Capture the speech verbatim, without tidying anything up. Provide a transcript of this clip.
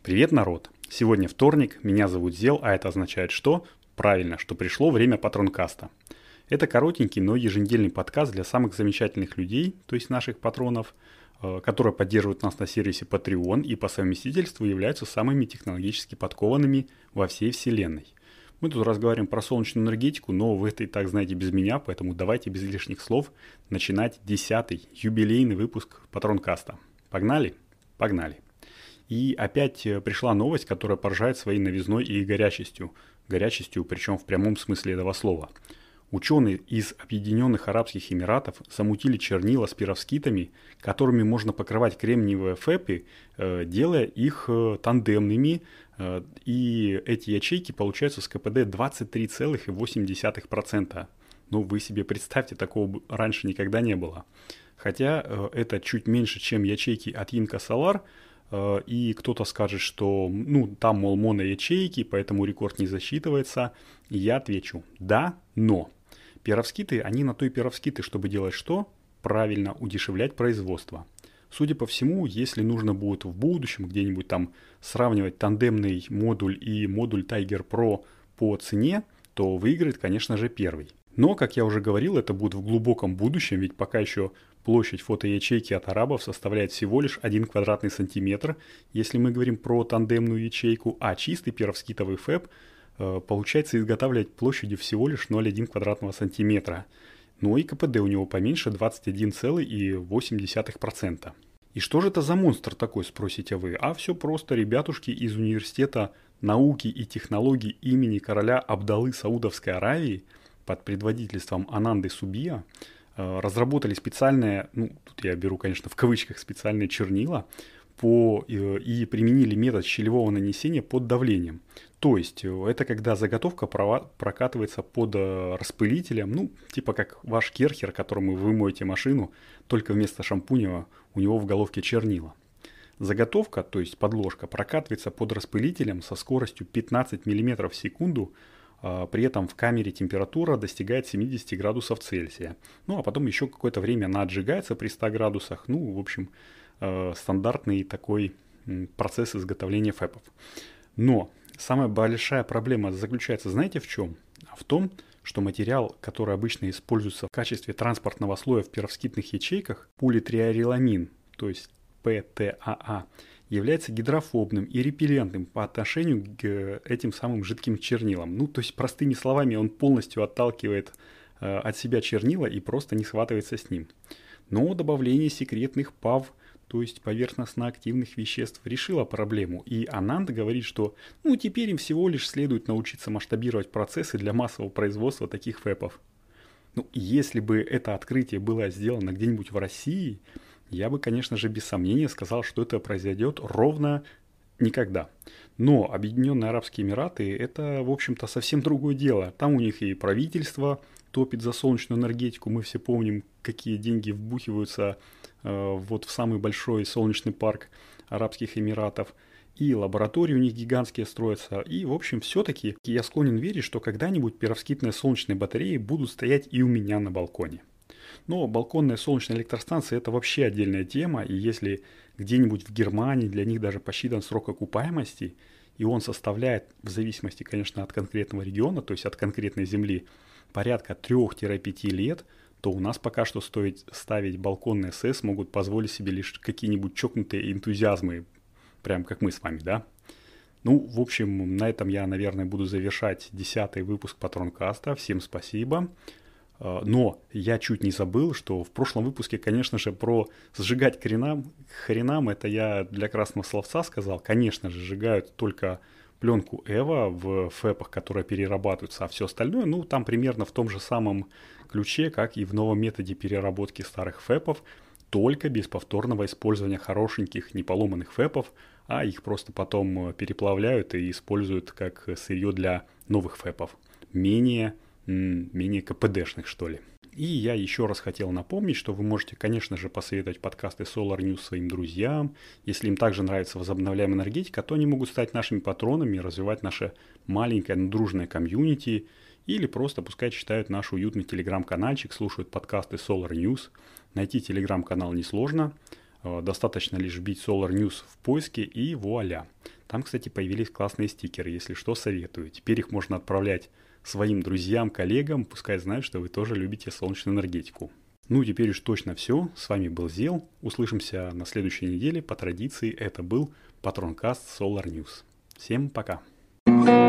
Привет, народ! Сегодня вторник, меня зовут Зел, а это означает что? Правильно, что пришло время патронкаста. Это коротенький, но еженедельный подкаст для самых замечательных людей, то есть наших патронов, э, которые поддерживают нас на сервисе Patreon и по совместительству являются самыми технологически подкованными во всей вселенной. Мы тут разговариваем про солнечную энергетику, но вы это и так знаете без меня, поэтому давайте без лишних слов начинать десятый юбилейный выпуск патронкаста. Погнали? Погнали! И опять пришла новость, которая поражает своей новизной и горячестью. Горячестью, причем в прямом смысле этого слова. Ученые из Объединенных Арабских Эмиратов замутили чернила с пировскитами, которыми можно покрывать кремниевые фэпы, делая их тандемными. И эти ячейки получаются с ка пэ дэ двадцать три целых восемь десятых процента. Ну, вы себе представьте, такого раньше никогда не было. Хотя это чуть меньше, чем ячейки от Inca Solar. И кто-то скажет, что ну там, мол, моноячейки, поэтому рекорд не засчитывается. И я отвечу, да, но. Пировскиты, они на то и пировскиты, чтобы делать что? Правильно, удешевлять производство. Судя по всему, если нужно будет в будущем где-нибудь там сравнивать тандемный модуль и модуль Tiger Pro по цене, то выиграет, конечно же, первый. Но, как я уже говорил, это будет в глубоком будущем, ведь пока еще площадь фотоячейки от арабов составляет всего лишь один квадратный сантиметр, если мы говорим про тандемную ячейку, а чистый пировскитовый фэп э, получается изготавливать площадью всего лишь ноль целых одна десятая квадратного сантиметра. Ну и ка пэ дэ у него поменьше двадцать один целых восемь десятых процента. И что же это за монстр такой, спросите вы? А все просто, ребятушки из университета науки и технологий имени короля Абдаллы Саудовской Аравии под предводительством Ананды Субия разработали специальные, ну тут я беру, конечно, в кавычках специальные чернила по, и применили метод щелевого нанесения под давлением. То есть это когда заготовка прокатывается под распылителем, ну типа как ваш керхер, которым вы моете машину, только вместо шампуня у него в головке чернила. Заготовка, то есть подложка, прокатывается под распылителем со скоростью пятнадцать миллиметров в секунду. При этом в камере температура достигает семьдесят градусов Цельсия. Ну, а потом еще какое-то время она отжигается при ста градусах. Ну, в общем, стандартный такой процесс изготовления фэпов. Но самая большая проблема заключается, знаете, в чем? В том, что материал, который обычно используется в качестве транспортного слоя в пировскитных ячейках, политриариламин, то есть пэ тэ а а, является гидрофобным и репеллентным по отношению к этим самым жидким чернилам. Ну, то есть, простыми словами, он полностью отталкивает э, от себя чернила и просто не схватывается с ним. Но добавление секретных пав, то есть поверхностно-активных веществ, решило проблему. И Ананд говорит, что ну, теперь им всего лишь следует научиться масштабировать процессы для массового производства таких фэпов. Ну, если бы это открытие было сделано где-нибудь в России, я бы, конечно же, без сомнения сказал, что это произойдет ровно никогда. Но Объединенные Арабские Эмираты – это, в общем-то, совсем другое дело. Там у них и правительство топит за солнечную энергетику. Мы все помним, какие деньги вбухиваются э, вот в самый большой солнечный парк Арабских Эмиратов. И лаборатории у них гигантские строятся. И, в общем, все-таки я склонен верить, что когда-нибудь пировскитные солнечные батареи будут стоять и у меня на балконе. Но балконные солнечные электростанции – это вообще отдельная тема, и если где-нибудь в Германии для них даже посчитан срок окупаемости, и он составляет, в зависимости, конечно, от конкретного региона, то есть от конкретной земли, порядка трёх-пяти лет, то у нас пока что стоит ставить балконные СЭС могут позволить себе лишь какие-нибудь чокнутые энтузиазмы, прям как мы с вами, да? Ну, в общем, на этом я, наверное, буду завершать десятый выпуск Патронкаста. Всем спасибо. Но я чуть не забыл, что в прошлом выпуске, конечно же, про сжигать хренам, хренам, это я для красного словца сказал. Конечно же, сжигают только пленку Эва в фэпах, которые перерабатываются, а все остальное, ну, там примерно в том же самом ключе, как и в новом методе переработки старых фэпов, только без повторного использования хорошеньких, неполоманных фэпов, а их просто потом переплавляют и используют как сырье для новых фэпов. Менее... менее ка пэ дэ-шных, что ли. И я еще раз хотел напомнить, что вы можете, конечно же, посоветовать подкасты Solar News своим друзьям. Если им также нравится возобновляемая энергетика, то они могут стать нашими патронами и развивать наше маленькое, но дружное комьюнити. Или просто пускай читают наш уютный телеграм-канальчик, слушают подкасты Solar News. Найти телеграм-канал несложно. Достаточно лишь вбить Solar News в поиске и вуаля. Там, кстати, появились классные стикеры, если что, советую. Теперь их можно отправлять своим друзьям, коллегам, пускай знают, что вы тоже любите солнечную энергетику. Ну, теперь уж точно все. С вами был Зел. Услышимся на следующей неделе. По традиции, это был Патронкаст Solar News. Всем пока.